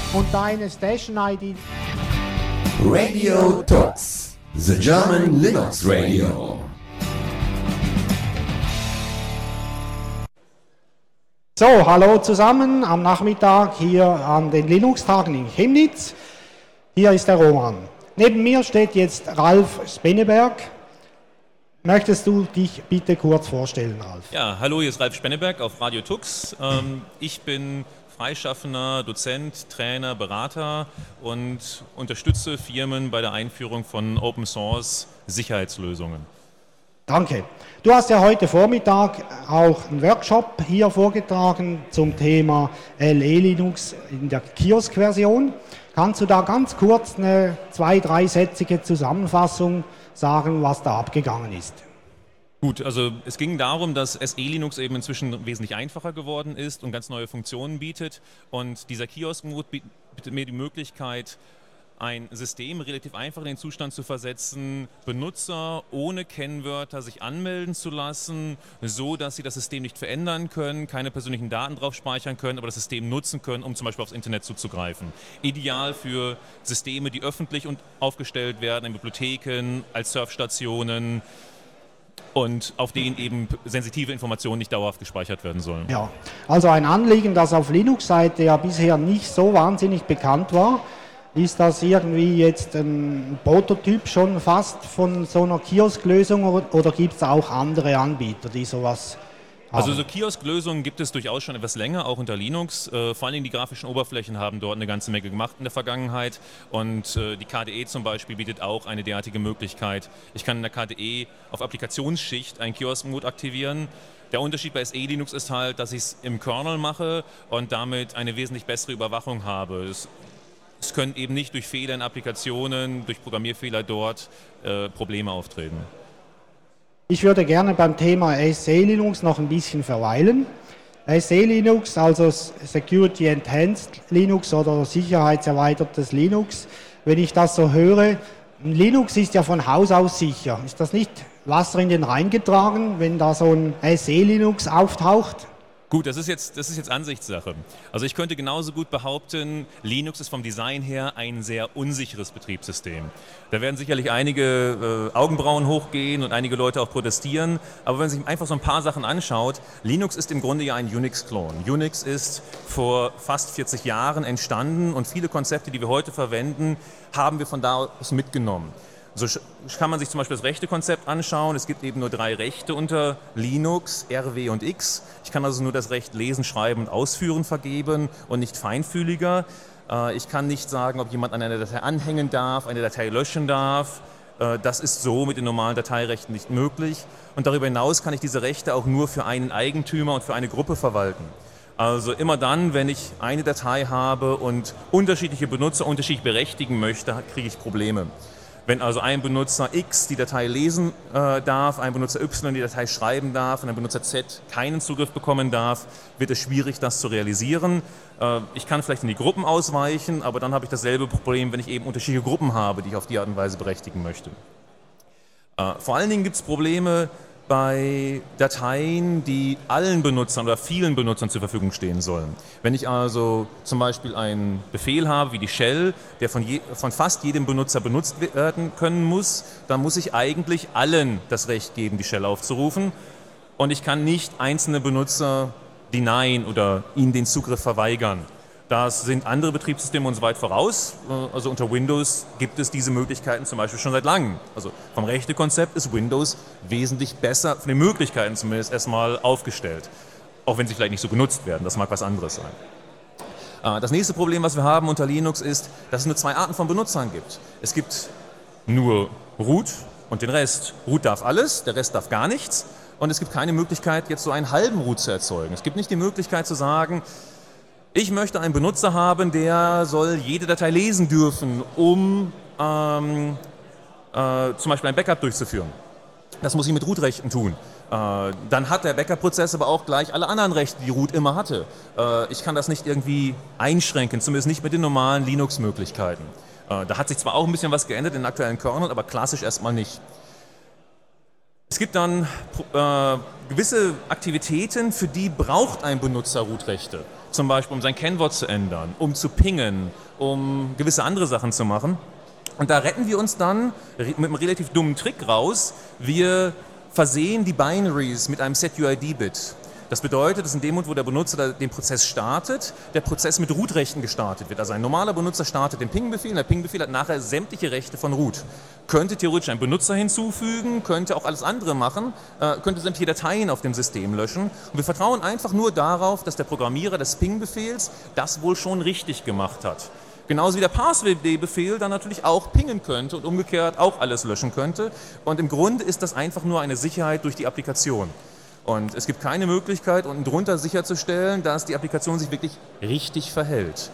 und deine Station-ID. Radio Tux, the German Linux Radio. So, hallo zusammen am Nachmittag hier an den Linux-Tagen in Chemnitz. Hier ist der Roman. Neben mir steht jetzt Ralf Spenneberg. Möchtest du dich bitte kurz vorstellen, Ralf? Ja, hallo, hier ist Ralf Spenneberg auf Radio Tux. Ich bin freischaffender Dozent, Trainer, Berater und unterstütze Firmen bei der Einführung von Open Source Sicherheitslösungen. Danke. Du hast ja heute Vormittag auch einen Workshop hier vorgetragen zum Thema LE Linux in der Kiosk-Version. Kannst du da ganz kurz eine 2-3-sätzige Zusammenfassung sagen, was da abgegangen ist? Gut, also es ging darum, dass SE Linux eben inzwischen wesentlich einfacher geworden ist und ganz neue Funktionen bietet. Und dieser Kiosk-Mode bietet mir die Möglichkeit, ein System relativ einfach in den Zustand zu versetzen, Benutzer ohne Kennwörter sich anmelden zu lassen, so dass sie das System nicht verändern können, keine persönlichen Daten drauf speichern können, aber das System nutzen können, um zum Beispiel aufs Internet zuzugreifen. Ideal für Systeme, die öffentlich und aufgestellt werden, in Bibliotheken, als Surfstationen und auf denen eben sensitive Informationen nicht dauerhaft gespeichert werden sollen. Ja, also ein Anliegen, das auf Linux-Seite ja bisher nicht so wahnsinnig bekannt war. Ist das irgendwie jetzt ein Prototyp schon fast von so einer Kiosk-Lösung oder gibt es auch andere Anbieter, die sowas haben? Also so Kiosk-Lösungen gibt es durchaus schon etwas länger, auch unter Linux. Vor allen Dingen die grafischen Oberflächen haben dort eine ganze Menge gemacht in der Vergangenheit und die KDE zum Beispiel bietet auch eine derartige Möglichkeit. Ich kann in der KDE auf Applikationsschicht einen Kiosk-Mode aktivieren. Der Unterschied bei SE Linux ist halt, dass ich es im Kernel mache und damit eine wesentlich bessere Überwachung habe. Es können eben nicht durch Fehler in Applikationen, durch Programmierfehler dort Probleme auftreten. Ich würde gerne beim Thema SE Linux noch ein bisschen verweilen. SE Linux, also Security Enhanced Linux oder sicherheitserweitertes Linux, wenn ich das so höre, Linux ist ja von Haus aus sicher. Ist das nicht Wasser in den Rhein getragen, wenn da so ein SE Linux auftaucht? Gut, das ist jetzt Ansichtssache. Also ich könnte genauso gut behaupten, Linux ist vom Design her ein sehr unsicheres Betriebssystem. Da werden sicherlich einige Augenbrauen hochgehen und einige Leute auch protestieren, aber wenn man sich einfach so ein paar Sachen anschaut, Linux ist im Grunde ja ein Unix-Klon. Unix ist vor fast 40 Jahren entstanden und viele Konzepte, die wir heute verwenden, haben wir von da aus mitgenommen. So kann man sich zum Beispiel das Rechtekonzept anschauen. Es gibt eben nur 3 Rechte unter Linux, R, W und X. Ich kann also nur das Recht Lesen, Schreiben und Ausführen vergeben und nicht feinfühliger. Ich kann nicht sagen, ob jemand an einer Datei anhängen darf, eine Datei löschen darf. Das ist so mit den normalen Dateirechten nicht möglich. Und darüber hinaus kann ich diese Rechte auch nur für einen Eigentümer und für eine Gruppe verwalten. Also immer dann, wenn ich eine Datei habe und unterschiedliche Benutzer unterschiedlich berechtigen möchte, kriege ich Probleme. Wenn also ein Benutzer X die Datei lesen darf, ein Benutzer Y die Datei schreiben darf und ein Benutzer Z keinen Zugriff bekommen darf, wird es schwierig, das zu realisieren. Ich kann vielleicht in die Gruppen ausweichen, aber dann habe ich dasselbe Problem, wenn ich eben unterschiedliche Gruppen habe, die ich auf die Art und Weise berechtigen möchte. Vor allen Dingen gibt es Probleme bei Dateien, die allen Benutzern oder vielen Benutzern zur Verfügung stehen sollen. Wenn ich also zum Beispiel einen Befehl habe wie die Shell, der von fast jedem Benutzer benutzt werden können muss, dann muss ich eigentlich allen das Recht geben, die Shell aufzurufen. Und ich kann nicht einzelne Benutzer denyen oder ihnen den Zugriff verweigern. Das sind andere Betriebssysteme uns weit voraus. Also unter Windows gibt es diese Möglichkeiten zum Beispiel schon seit langem. Also vom Rechtekonzept ist Windows wesentlich besser, von den Möglichkeiten zumindest erstmal aufgestellt. Auch wenn sie vielleicht nicht so genutzt werden, das mag was anderes sein. Das nächste Problem, was wir haben unter Linux, ist, dass es nur 2 Arten von Benutzern gibt. Es gibt nur Root und den Rest. Root darf alles, der Rest darf gar nichts. Und es gibt keine Möglichkeit, jetzt so einen halben Root zu erzeugen. Es gibt nicht die Möglichkeit zu sagen, ich möchte einen Benutzer haben, der soll jede Datei lesen dürfen, um zum Beispiel ein Backup durchzuführen. Das muss ich mit Root-Rechten tun. Dann hat der Backup-Prozess aber auch gleich alle anderen Rechte, die Root immer hatte. Ich kann das nicht irgendwie einschränken, zumindest nicht mit den normalen Linux-Möglichkeiten. Da hat sich zwar auch ein bisschen was geändert in den aktuellen Kernel, aber klassisch erstmal nicht. Es gibt dann gewisse Aktivitäten, für die braucht ein Benutzer Root-Rechte. zum Beispiel um sein Kennwort zu ändern, um zu pingen, um gewisse andere Sachen zu machen. Und da retten wir uns dann mit einem relativ dummen Trick raus. Wir versehen die Binaries mit einem SetUID-Bit. Das bedeutet, dass in dem Moment, wo der Benutzer den Prozess startet, der Prozess mit Root-Rechten gestartet wird. Also ein normaler Benutzer startet den Ping-Befehl und der Ping-Befehl hat nachher sämtliche Rechte von Root. Könnte theoretisch einen Benutzer hinzufügen, könnte auch alles andere machen, könnte sämtliche Dateien auf dem System löschen. Und wir vertrauen einfach nur darauf, dass der Programmierer des Ping-Befehls das wohl schon richtig gemacht hat. Genauso wie der Parse-Befehl dann natürlich auch pingen könnte und umgekehrt auch alles löschen könnte. Und im Grunde ist das einfach nur eine Sicherheit durch die Applikation. Und es gibt keine Möglichkeit, unten drunter sicherzustellen, dass die Applikation sich wirklich richtig verhält.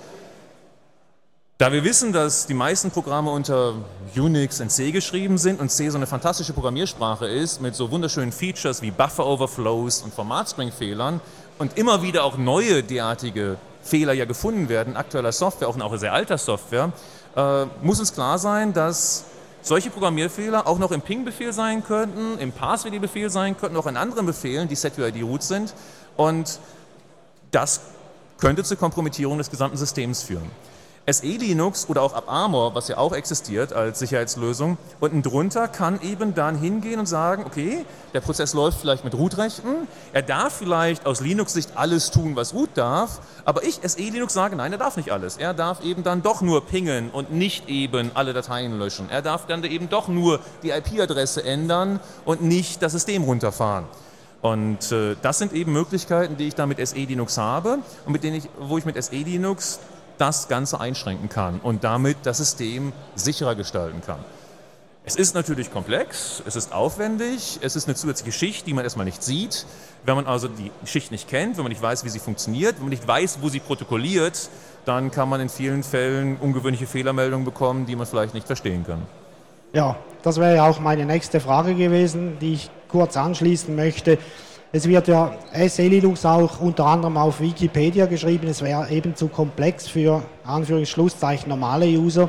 Da wir wissen, dass die meisten Programme unter Unix und C geschrieben sind und C so eine fantastische Programmiersprache ist, mit so wunderschönen Features wie Buffer-Overflows und Format-String-Fehlern und immer wieder auch neue derartige Fehler ja gefunden werden, aktueller Software, auch sehr alter Software, muss uns klar sein, dass solche Programmierfehler auch noch im Ping-Befehl sein könnten, im Parse-Befehl sein könnten, auch in anderen Befehlen, die SetUID-Root sind. Und das könnte zur Kompromittierung des gesamten Systems führen. SE Linux oder auch AppArmor, was ja auch existiert als Sicherheitslösung, unten drunter kann eben dann hingehen und sagen, okay, der Prozess läuft vielleicht mit Root-Rechten, er darf vielleicht aus Linux-Sicht alles tun, was Root darf, aber ich, SE Linux, sage, nein, er darf nicht alles. Er darf eben dann doch nur pingen und nicht eben alle Dateien löschen. Er darf dann eben doch nur die IP-Adresse ändern und nicht das System runterfahren. Und das sind eben Möglichkeiten, die ich da mit SE Linux habe und wo ich mit SE Linux das Ganze einschränken kann und damit das System sicherer gestalten kann. Es ist natürlich komplex, es ist aufwendig, es ist eine zusätzliche Schicht, die man erstmal nicht sieht. Wenn man also die Schicht nicht kennt, wenn man nicht weiß, wie sie funktioniert, wenn man nicht weiß, wo sie protokolliert, dann kann man in vielen Fällen ungewöhnliche Fehlermeldungen bekommen, die man vielleicht nicht verstehen kann. Ja, das wäre ja auch meine nächste Frage gewesen, die ich kurz anschließen möchte. Es wird ja SE Linux auch unter anderem auf Wikipedia geschrieben, es wäre eben zu komplex für Anführungsschlusszeichen normale User.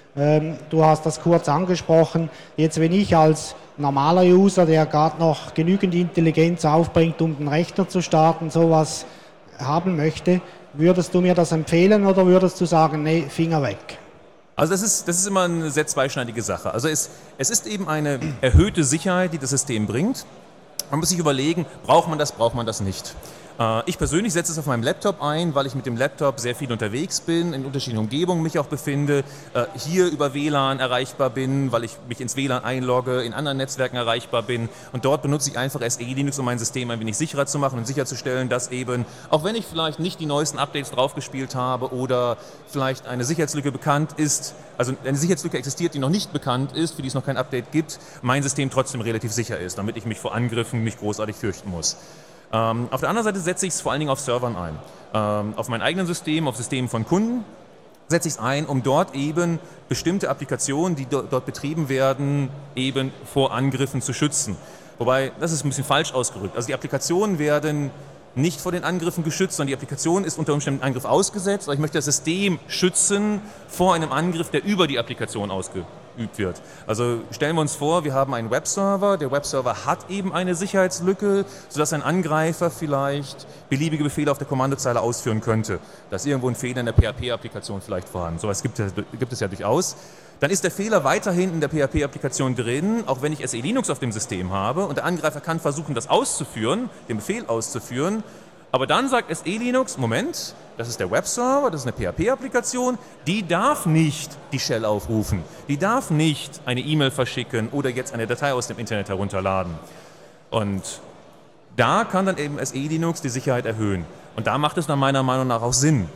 Du hast das kurz angesprochen. Jetzt, wenn ich als normaler User, der gerade noch genügend Intelligenz aufbringt, um den Rechner zu starten, sowas haben möchte, würdest du mir das empfehlen oder würdest du sagen, nee, Finger weg? Also das ist immer eine sehr zweischneidige Sache. Also es ist eben eine erhöhte Sicherheit, die das System bringt. Man muss sich überlegen, braucht man das nicht. Ich persönlich setze es auf meinem Laptop ein, weil ich mit dem Laptop sehr viel unterwegs bin, in unterschiedlichen Umgebungen mich auch befinde, hier über WLAN erreichbar bin, weil ich mich ins WLAN einlogge, in anderen Netzwerken erreichbar bin und dort benutze ich einfach SE Linux, um mein System ein wenig sicherer zu machen und sicherzustellen, dass eben, auch wenn ich vielleicht nicht die neuesten Updates draufgespielt habe oder vielleicht eine Sicherheitslücke bekannt ist, also eine Sicherheitslücke existiert, die noch nicht bekannt ist, für die es noch kein Update gibt, mein System trotzdem relativ sicher ist, damit ich mich vor Angriffen nicht großartig fürchten muss. Auf der anderen Seite setze ich es vor allen Dingen auf Servern ein. Auf meinem eigenen System, auf Systemen von Kunden setze ich es ein, um dort eben bestimmte Applikationen, die dort betrieben werden, eben vor Angriffen zu schützen. Wobei, das ist ein bisschen falsch ausgerückt. Also die Applikationen werden nicht vor den Angriffen geschützt, sondern die Applikation ist unter Umständen einem Angriff ausgesetzt, aber ich möchte das System schützen vor einem Angriff, der über die Applikation ausgeübt wird. Also stellen wir uns vor, wir haben einen Webserver, der Webserver hat eben eine Sicherheitslücke, sodass ein Angreifer vielleicht beliebige Befehle auf der Kommandozeile ausführen könnte. Da ist irgendwo ein Fehler in der PHP-Applikation vielleicht vorhanden. So etwas gibt es ja durchaus. Dann ist der Fehler weiterhin in der PHP-Applikation drin, auch wenn ich SE Linux auf dem System habe und der Angreifer kann versuchen, das auszuführen, den Befehl auszuführen, aber dann sagt SE Linux, Moment, das ist der Webserver, das ist eine PHP-Applikation, die darf nicht die Shell aufrufen, die darf nicht eine E-Mail verschicken oder jetzt eine Datei aus dem Internet herunterladen. Und da kann dann eben SE Linux die Sicherheit erhöhen. Und da macht es nach meiner Meinung nach auch Sinn.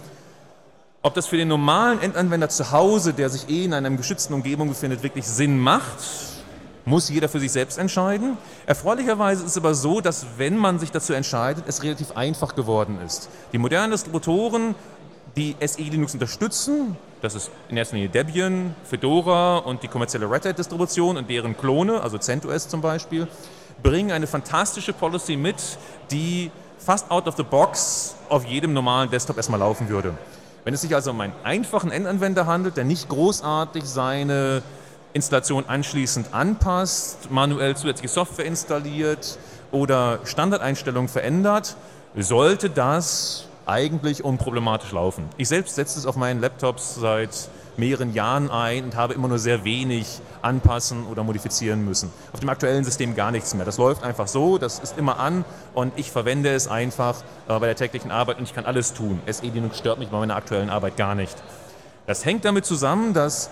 Ob das für den normalen Endanwender zu Hause, der sich in einer geschützten Umgebung befindet, wirklich Sinn macht, muss jeder für sich selbst entscheiden. Erfreulicherweise ist es aber so, dass wenn man sich dazu entscheidet, es relativ einfach geworden ist. Die modernen Distributoren, die SE Linux unterstützen, das ist in erster Linie Debian, Fedora und die kommerzielle Red Hat Distribution und deren Klone, also CentOS zum Beispiel, bringen eine fantastische Policy mit, die fast out of the box auf jedem normalen Desktop erstmal laufen würde. Wenn es sich also um einen einfachen Endanwender handelt, der nicht großartig seine Installation anschließend anpasst, manuell zusätzliche Software installiert oder Standardeinstellungen verändert, sollte das eigentlich unproblematisch laufen. Ich selbst setze es auf meinen Laptops seit mehreren Jahren ein und habe immer nur sehr wenig anpassen oder modifizieren müssen. Auf dem aktuellen System gar nichts mehr. Das läuft einfach so, das ist immer an und ich verwende es einfach bei der täglichen Arbeit und ich kann alles tun. SE Linux stört mich bei meiner aktuellen Arbeit gar nicht. Das hängt damit zusammen, dass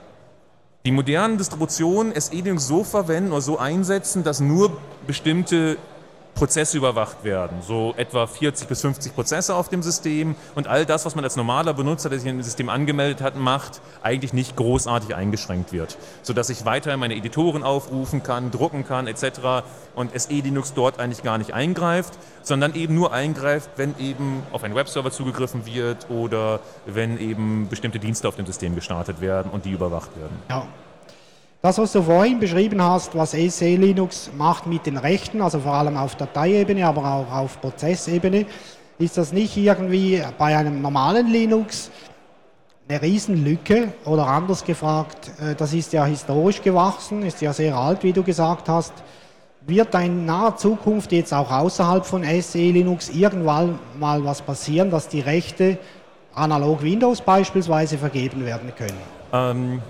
die modernen Distributionen SE Linux so verwenden oder so einsetzen, dass nur bestimmte Prozesse überwacht werden, so etwa 40 bis 50 Prozesse auf dem System und all das, was man als normaler Benutzer, der sich in dem System angemeldet hat, macht, eigentlich nicht großartig eingeschränkt wird, sodass ich weiterhin meine Editoren aufrufen kann, drucken kann etc. und SE Linux dort eigentlich gar nicht eingreift, sondern eben nur eingreift, wenn eben auf einen Webserver zugegriffen wird oder wenn eben bestimmte Dienste auf dem System gestartet werden und die überwacht werden. Ja. Das, was du vorhin beschrieben hast, was SE Linux macht mit den Rechten, also vor allem auf Dateiebene, aber auch auf Prozessebene, ist das nicht irgendwie bei einem normalen Linux eine Riesenlücke? Oder anders gefragt, das ist ja historisch gewachsen, ist ja sehr alt, wie du gesagt hast. Wird in naher Zukunft jetzt auch außerhalb von SE Linux irgendwann mal was passieren, dass die Rechte analog Windows beispielsweise vergeben werden können?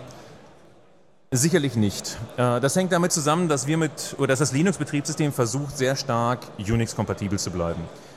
Sicherlich nicht. Das hängt damit zusammen, dass dass das Linux-Betriebssystem versucht, sehr stark Unix-kompatibel zu bleiben.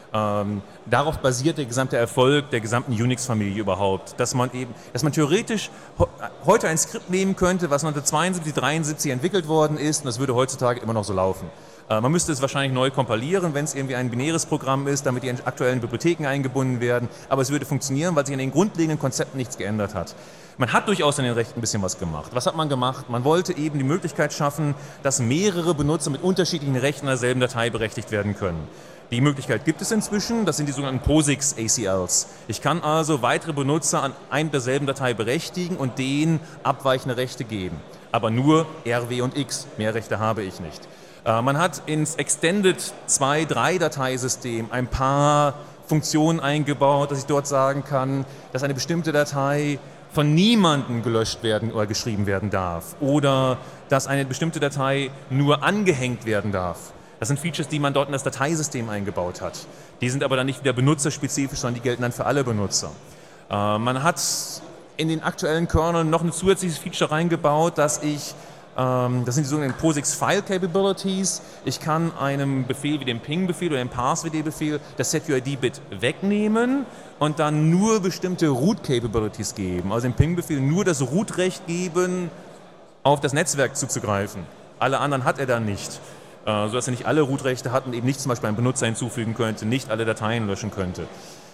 Darauf basiert der gesamte Erfolg der gesamten Unix-Familie überhaupt. Dass man theoretisch heute ein Skript nehmen könnte, was 1972, 1973 entwickelt worden ist, und das würde heutzutage immer noch so laufen. Man müsste es wahrscheinlich neu kompilieren, wenn es irgendwie ein binäres Programm ist, damit die aktuellen Bibliotheken eingebunden werden. Aber es würde funktionieren, weil sich an den grundlegenden Konzepten nichts geändert hat. Man hat durchaus an den Rechten ein bisschen was gemacht. Was hat man gemacht? Man wollte eben die Möglichkeit schaffen, dass mehrere Benutzer mit unterschiedlichen Rechten an derselben Datei berechtigt werden können. Die Möglichkeit gibt es inzwischen, das sind die sogenannten POSIX ACLs. Ich kann also weitere Benutzer an einer derselben Datei berechtigen und denen abweichende Rechte geben. Aber nur RW und X, mehr Rechte habe ich nicht. Man hat ins Extended 2.3 Dateisystem ein paar Funktionen eingebaut, dass ich dort sagen kann, dass eine bestimmte Datei von niemandem gelöscht werden oder geschrieben werden darf oder dass eine bestimmte Datei nur angehängt werden darf. Das sind Features, die man dort in das Dateisystem eingebaut hat. Die sind aber dann nicht wieder benutzerspezifisch, sondern die gelten dann für alle Benutzer. Man hat in den aktuellen Kernel noch ein zusätzliches Feature reingebaut, das sind die sogenannten POSIX File Capabilities. Ich kann einem Befehl wie dem Ping-Befehl oder dem Parse-WD-Befehl das SetUID-Bit wegnehmen und dann nur bestimmte Root-Capabilities geben. Also dem Ping-Befehl nur das Root-Recht geben, auf das Netzwerk zuzugreifen. Alle anderen hat er dann nicht. Sodass er nicht alle Root-Rechte hat und eben nicht zum Beispiel einen Benutzer hinzufügen könnte, nicht alle Dateien löschen könnte.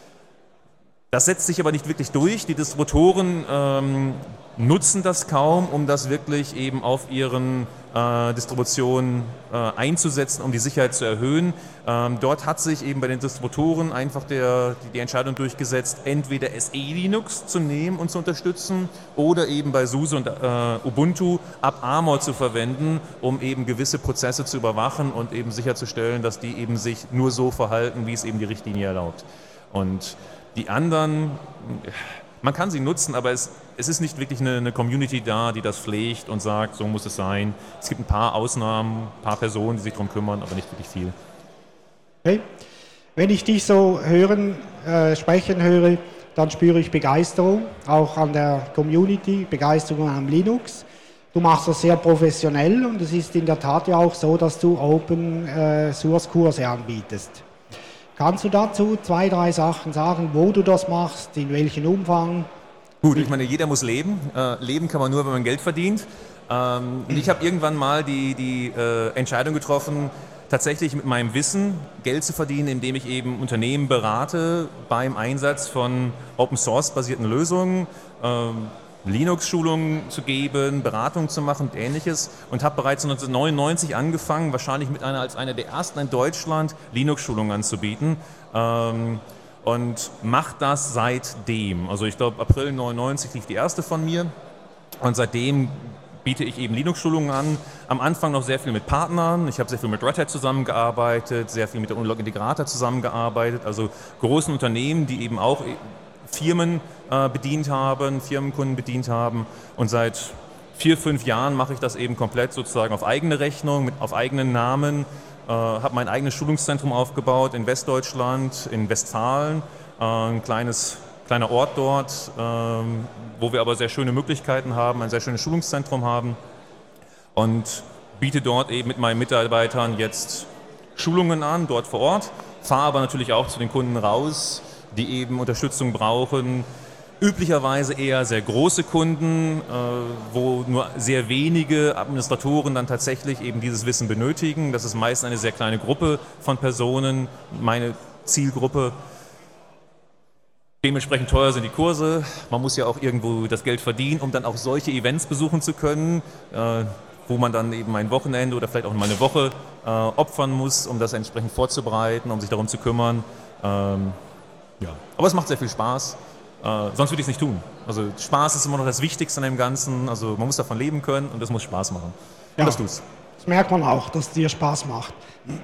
Das setzt sich aber nicht wirklich durch. Die Distributoren nutzen das kaum, um das wirklich eben auf ihren Distributionen einzusetzen, um die Sicherheit zu erhöhen. Dort hat sich eben bei den Distributoren einfach die Entscheidung durchgesetzt, entweder SE Linux zu nehmen und zu unterstützen oder eben bei SUSE und Ubuntu AppArmor zu verwenden, um eben gewisse Prozesse zu überwachen und eben sicherzustellen, dass die eben sich nur so verhalten, wie es eben die Richtlinie erlaubt. Und die anderen, man kann sie nutzen, aber es ist nicht wirklich eine Community da, die das pflegt und sagt, so muss es sein. Es gibt ein paar Ausnahmen, ein paar Personen, die sich darum kümmern, aber nicht wirklich viel. Okay. Wenn ich dich so sprechen höre, dann spüre ich Begeisterung, auch an der Community, Begeisterung am Linux. Du machst das sehr professionell und es ist in der Tat ja auch so, dass du Open-Source-Kurse anbietest. Kannst du dazu 2, 3 Sachen sagen, wo du das machst, in welchem Umfang? Gut, ich meine, jeder muss leben. Leben kann man nur, wenn man Geld verdient. Ich habe irgendwann mal die Entscheidung getroffen, tatsächlich mit meinem Wissen Geld zu verdienen, indem ich eben Unternehmen berate beim Einsatz von Open-Source-basierten Lösungen, Linux-Schulungen zu geben, Beratungen zu machen und Ähnliches und habe bereits 1999 angefangen, wahrscheinlich als einer der ersten in Deutschland, Linux-Schulungen anzubieten und mache das seitdem. Also ich glaube, April 1999 lief die erste von mir und seitdem biete ich eben Linux-Schulungen an. Am Anfang noch sehr viel mit Partnern. Ich habe sehr viel mit Red Hat zusammengearbeitet, sehr viel mit der Unilog Integrator zusammengearbeitet, also großen Unternehmen, die eben auch Firmen bedient haben, Firmenkunden bedient haben und seit 4, 5 Jahren mache ich das eben komplett sozusagen auf eigene Rechnung, auf eigenen Namen, habe mein eigenes Schulungszentrum aufgebaut in Westdeutschland, in Westfalen ein kleiner Ort dort, wo wir aber sehr schöne Möglichkeiten haben, ein sehr schönes Schulungszentrum haben und biete dort eben mit meinen Mitarbeitern jetzt Schulungen an, dort vor Ort, fahre aber natürlich auch zu den Kunden raus, die eben Unterstützung brauchen. Üblicherweise eher sehr große Kunden, wo nur sehr wenige Administratoren dann tatsächlich eben dieses Wissen benötigen. Das ist meist eine sehr kleine Gruppe von Personen, meine Zielgruppe. Dementsprechend teuer sind die Kurse. Man muss ja auch irgendwo das Geld verdienen, um dann auch solche Events besuchen zu können, wo man dann eben ein Wochenende oder vielleicht auch mal eine Woche opfern muss, um das entsprechend vorzubereiten, um sich darum zu kümmern. Ja. Aber es macht sehr viel Spaß. Sonst würde ich es nicht tun. Also Spaß ist immer noch das Wichtigste an dem Ganzen. Also man muss davon leben können und das muss Spaß machen. Und das tut's. Das merkt man auch, dass es dir Spaß macht.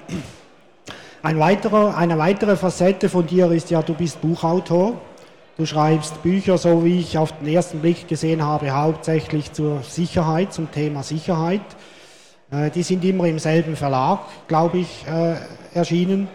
Eine weitere Facette von dir ist ja, du bist Buchautor. Du schreibst Bücher, so wie ich auf den ersten Blick gesehen habe, hauptsächlich zur Sicherheit, zum Thema Sicherheit. Die sind immer im selben Verlag, glaube ich, erschienen.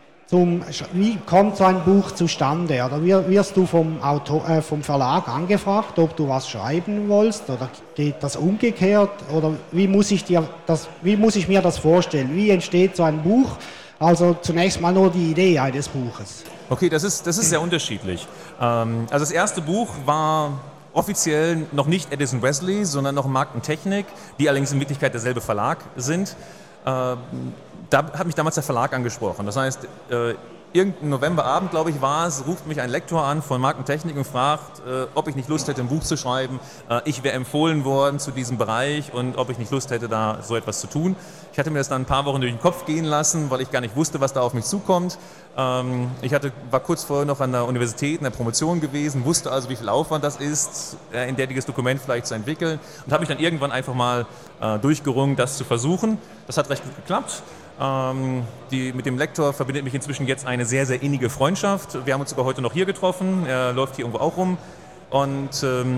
Wie kommt so ein Buch zustande? Oder wirst du vom Verlag angefragt, ob du was schreiben willst? Oder geht das umgekehrt? Oder wie muss ich mir das vorstellen? Wie entsteht so ein Buch? Also zunächst mal nur die Idee eines Buches. Okay, das ist sehr unterschiedlich. Also das erste Buch war offiziell noch nicht Edison Wesley, sondern noch Markt & Technik, die allerdings in Wirklichkeit derselbe Verlag sind. Da hat mich damals der Verlag angesprochen. Das heißt, irgendein Novemberabend, glaube ich, war es, ruft mich ein Lektor an von Markt & Technik und fragt, ob ich nicht Lust hätte, ein Buch zu schreiben. Ich wäre empfohlen worden zu diesem Bereich und ob ich nicht Lust hätte, da so etwas zu tun. Ich hatte mir das dann ein paar Wochen durch den Kopf gehen lassen, weil ich gar nicht wusste, was da auf mich zukommt. Ich war kurz vorher noch an der Universität in der Promotion gewesen, wusste also, wie viel Aufwand das ist, ein derartiges Dokument vielleicht zu entwickeln und habe mich dann irgendwann einfach mal durchgerungen, das zu versuchen. Das hat recht gut geklappt. Mit dem Lektor verbindet mich inzwischen jetzt eine sehr, sehr innige Freundschaft. Wir haben uns sogar heute noch hier getroffen. Er läuft hier irgendwo auch rum. Und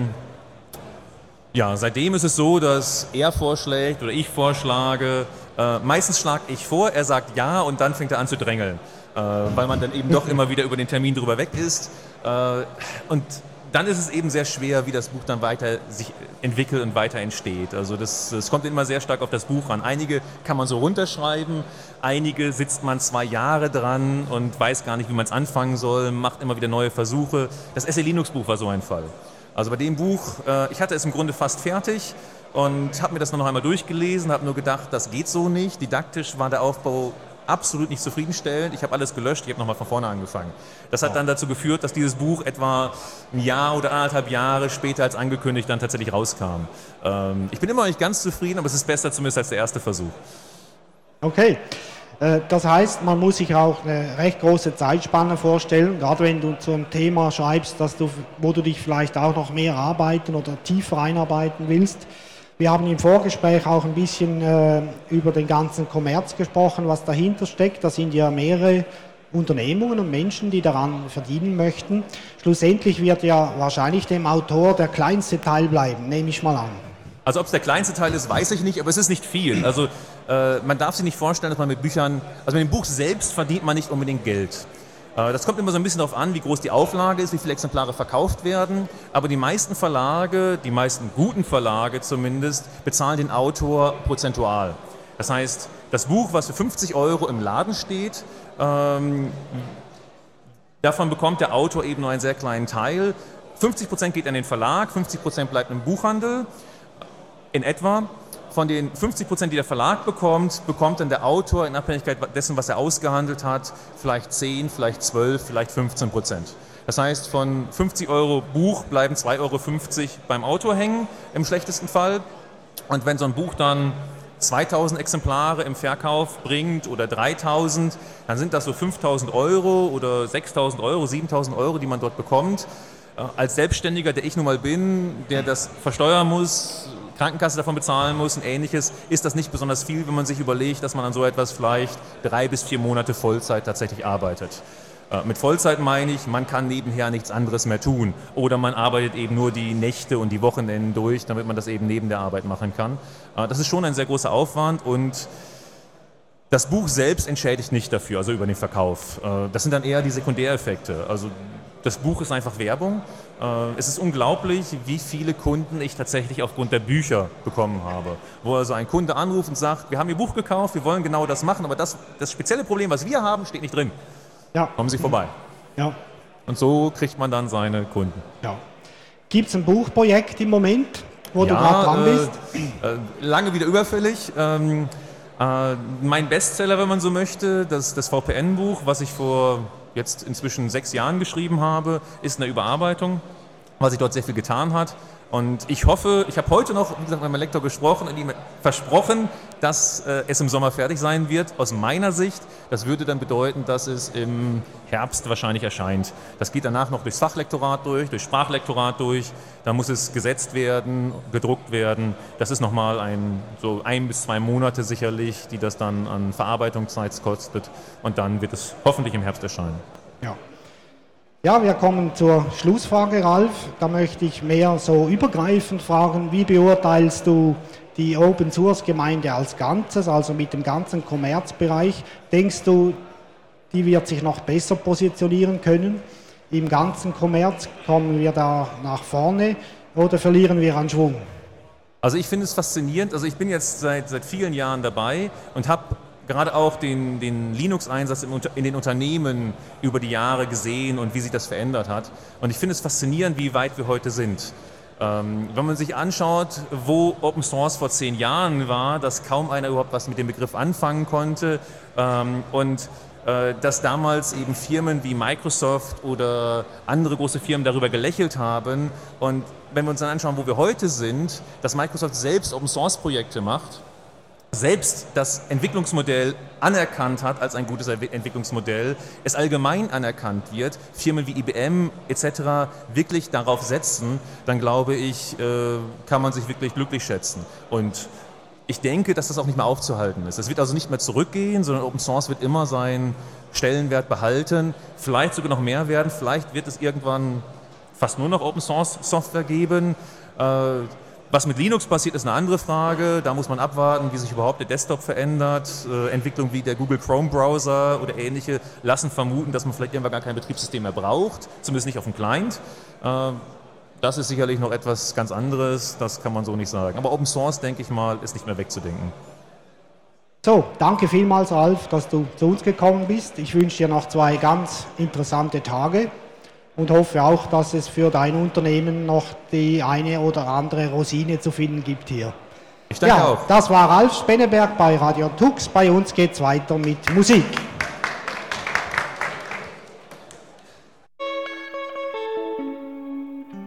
seitdem ist es so, dass er vorschlägt oder ich vorschlage. Meistens schlage ich vor, er sagt ja und dann fängt er an zu drängeln, weil man dann eben doch immer wieder über den Termin drüber weg ist. Und dann ist es eben sehr schwer, wie das Buch dann weiter sich entwickelt und weiter entsteht. Also das kommt immer sehr stark auf das Buch an. Einige kann man so runterschreiben, einige sitzt man 2 Jahre dran und weiß gar nicht, wie man es anfangen soll, macht immer wieder neue Versuche. Das SE Linux Buch war so ein Fall. Also bei dem Buch, ich hatte es im Grunde fast fertig und habe mir das noch einmal durchgelesen, habe nur gedacht, das geht so nicht. Didaktisch war der Aufbau absolut nicht zufriedenstellend. Ich habe alles gelöscht, ich habe nochmal von vorne angefangen. Das hat dann dazu geführt, dass dieses Buch etwa ein Jahr oder 1,5 Jahre später als angekündigt dann tatsächlich rauskam. Ich bin immer noch nicht ganz zufrieden, aber es ist besser zumindest als der erste Versuch. Okay, das heißt, man muss sich auch eine recht große Zeitspanne vorstellen, gerade wenn du zum Thema schreibst, wo du dich vielleicht auch noch mehr arbeiten oder tiefer einarbeiten willst. Wir haben im Vorgespräch auch ein bisschen über den ganzen Kommerz gesprochen, was dahinter steckt. Da sind ja mehrere Unternehmungen und Menschen, die daran verdienen möchten. Schlussendlich wird ja wahrscheinlich dem Autor der kleinste Teil bleiben, nehme ich mal an. Also ob es der kleinste Teil ist, weiß ich nicht, aber es ist nicht viel. Also man darf sich nicht vorstellen, dass man mit Büchern, also mit dem Buch selbst verdient man nicht unbedingt Geld. Das kommt immer so ein bisschen darauf an, wie groß die Auflage ist, wie viele Exemplare verkauft werden. Aber die meisten Verlage, die meisten guten Verlage zumindest, bezahlen den Autor prozentual. Das heißt, das Buch, was für 50 € im Laden steht, davon bekommt der Autor eben nur einen sehr kleinen Teil. 50% geht an den Verlag, 50% bleibt im Buchhandel in etwa. Von den 50%, die der Verlag bekommt, bekommt dann der Autor in Abhängigkeit dessen, was er ausgehandelt hat, vielleicht 10, vielleicht 12, vielleicht 15%. Das heißt, von 50 € Buch bleiben 2,50 € beim Autor hängen, im schlechtesten Fall. Und wenn so ein Buch dann 2000 Exemplare im Verkauf bringt oder 3000, dann sind das so 5000 € oder 6000 €, 7000 €, die man dort bekommt. Als Selbstständiger, der ich nun mal bin, der das versteuern muss, Krankenkasse davon bezahlen muss und Ähnliches, ist das nicht besonders viel, wenn man sich überlegt, dass man an so etwas vielleicht 3 bis 4 Monate Vollzeit tatsächlich arbeitet. Mit Vollzeit meine ich, man kann nebenher nichts anderes mehr tun oder man arbeitet eben nur die Nächte und die Wochenenden durch, damit man das eben neben der Arbeit machen kann. Das ist schon ein sehr großer Aufwand und Das Buch selbst entschädigt nicht dafür, also über den Verkauf. Das sind dann eher die Sekundäreffekte. Also das Buch ist einfach Werbung. Es ist unglaublich, wie viele Kunden ich tatsächlich aufgrund der Bücher bekommen habe. Wo also ein Kunde anruft und sagt, wir haben Ihr Buch gekauft, wir wollen genau das machen, aber das spezielle Problem, was wir haben, steht nicht drin. Ja. Kommen Sie vorbei. Ja. Und so kriegt man dann seine Kunden. Ja. Gibt es ein Buchprojekt im Moment, wo du gerade dran bist? Lange wieder überfällig. Mein Bestseller, wenn man so möchte, das VPN-Buch, was ich vor jetzt inzwischen 6 Jahren geschrieben habe, ist eine Überarbeitung, weil sich dort sehr viel getan hat. Und ich hoffe, ich habe heute noch, wie gesagt, mit meinem Lektor gesprochen und ihm versprochen, dass es im Sommer fertig sein wird. Aus meiner Sicht, das würde dann bedeuten, dass es im Herbst wahrscheinlich erscheint. Das geht danach noch durchs Fachlektorat durchs Sprachlektorat durch. Da muss es gesetzt werden, gedruckt werden. Das ist nochmal so 1 bis 2 Monate sicherlich, die das dann an Verarbeitungszeit kostet. Und dann wird es hoffentlich im Herbst erscheinen. Ja. Ja, wir kommen zur Schlussfrage, Ralf. Da möchte ich mehr so übergreifend fragen, wie beurteilst du die Open-Source-Gemeinde als Ganzes, also mit dem ganzen Kommerzbereich? Denkst du, die wird sich noch besser positionieren können? Im ganzen Kommerz kommen wir da nach vorne oder verlieren wir an Schwung? Also ich finde es faszinierend. Also ich bin jetzt seit vielen Jahren dabei und habe gerade auch den Linux-Einsatz in den Unternehmen über die Jahre gesehen und wie sich das verändert hat. Und ich finde es faszinierend, wie weit wir heute sind. Wenn man sich anschaut, wo Open Source vor 10 Jahren war, dass kaum einer überhaupt was mit dem Begriff anfangen konnte und dass damals eben Firmen wie Microsoft oder andere große Firmen darüber gelächelt haben. Und wenn wir uns dann anschauen, wo wir heute sind, dass Microsoft selbst Open Source Projekte macht, selbst das Entwicklungsmodell anerkannt hat als ein gutes Entwicklungsmodell, es allgemein anerkannt wird, Firmen wie IBM etc. wirklich darauf setzen, dann glaube ich, kann man sich wirklich glücklich schätzen. Und ich denke, dass das auch nicht mehr aufzuhalten ist. Es wird also nicht mehr zurückgehen, sondern Open Source wird immer seinen Stellenwert behalten, vielleicht sogar noch mehr werden, vielleicht wird es irgendwann fast nur noch Open Source Software geben. Was mit Linux passiert, ist eine andere Frage. Da muss man abwarten, wie sich überhaupt der Desktop verändert. Entwicklung wie der Google Chrome Browser oder ähnliche lassen vermuten, dass man vielleicht irgendwann gar kein Betriebssystem mehr braucht, zumindest nicht auf dem Client. Das ist sicherlich noch etwas ganz anderes, das kann man so nicht sagen. Aber Open Source, denke ich mal, ist nicht mehr wegzudenken. So, danke vielmals, Ralf, dass du zu uns gekommen bist. Ich wünsche dir noch 2 ganz interessante Tage. Und hoffe auch, dass es für dein Unternehmen noch die eine oder andere Rosine zu finden gibt hier. Ich danke auch. Das war Ralf Spenneberg bei Radio Tux. Bei uns geht es weiter mit Musik.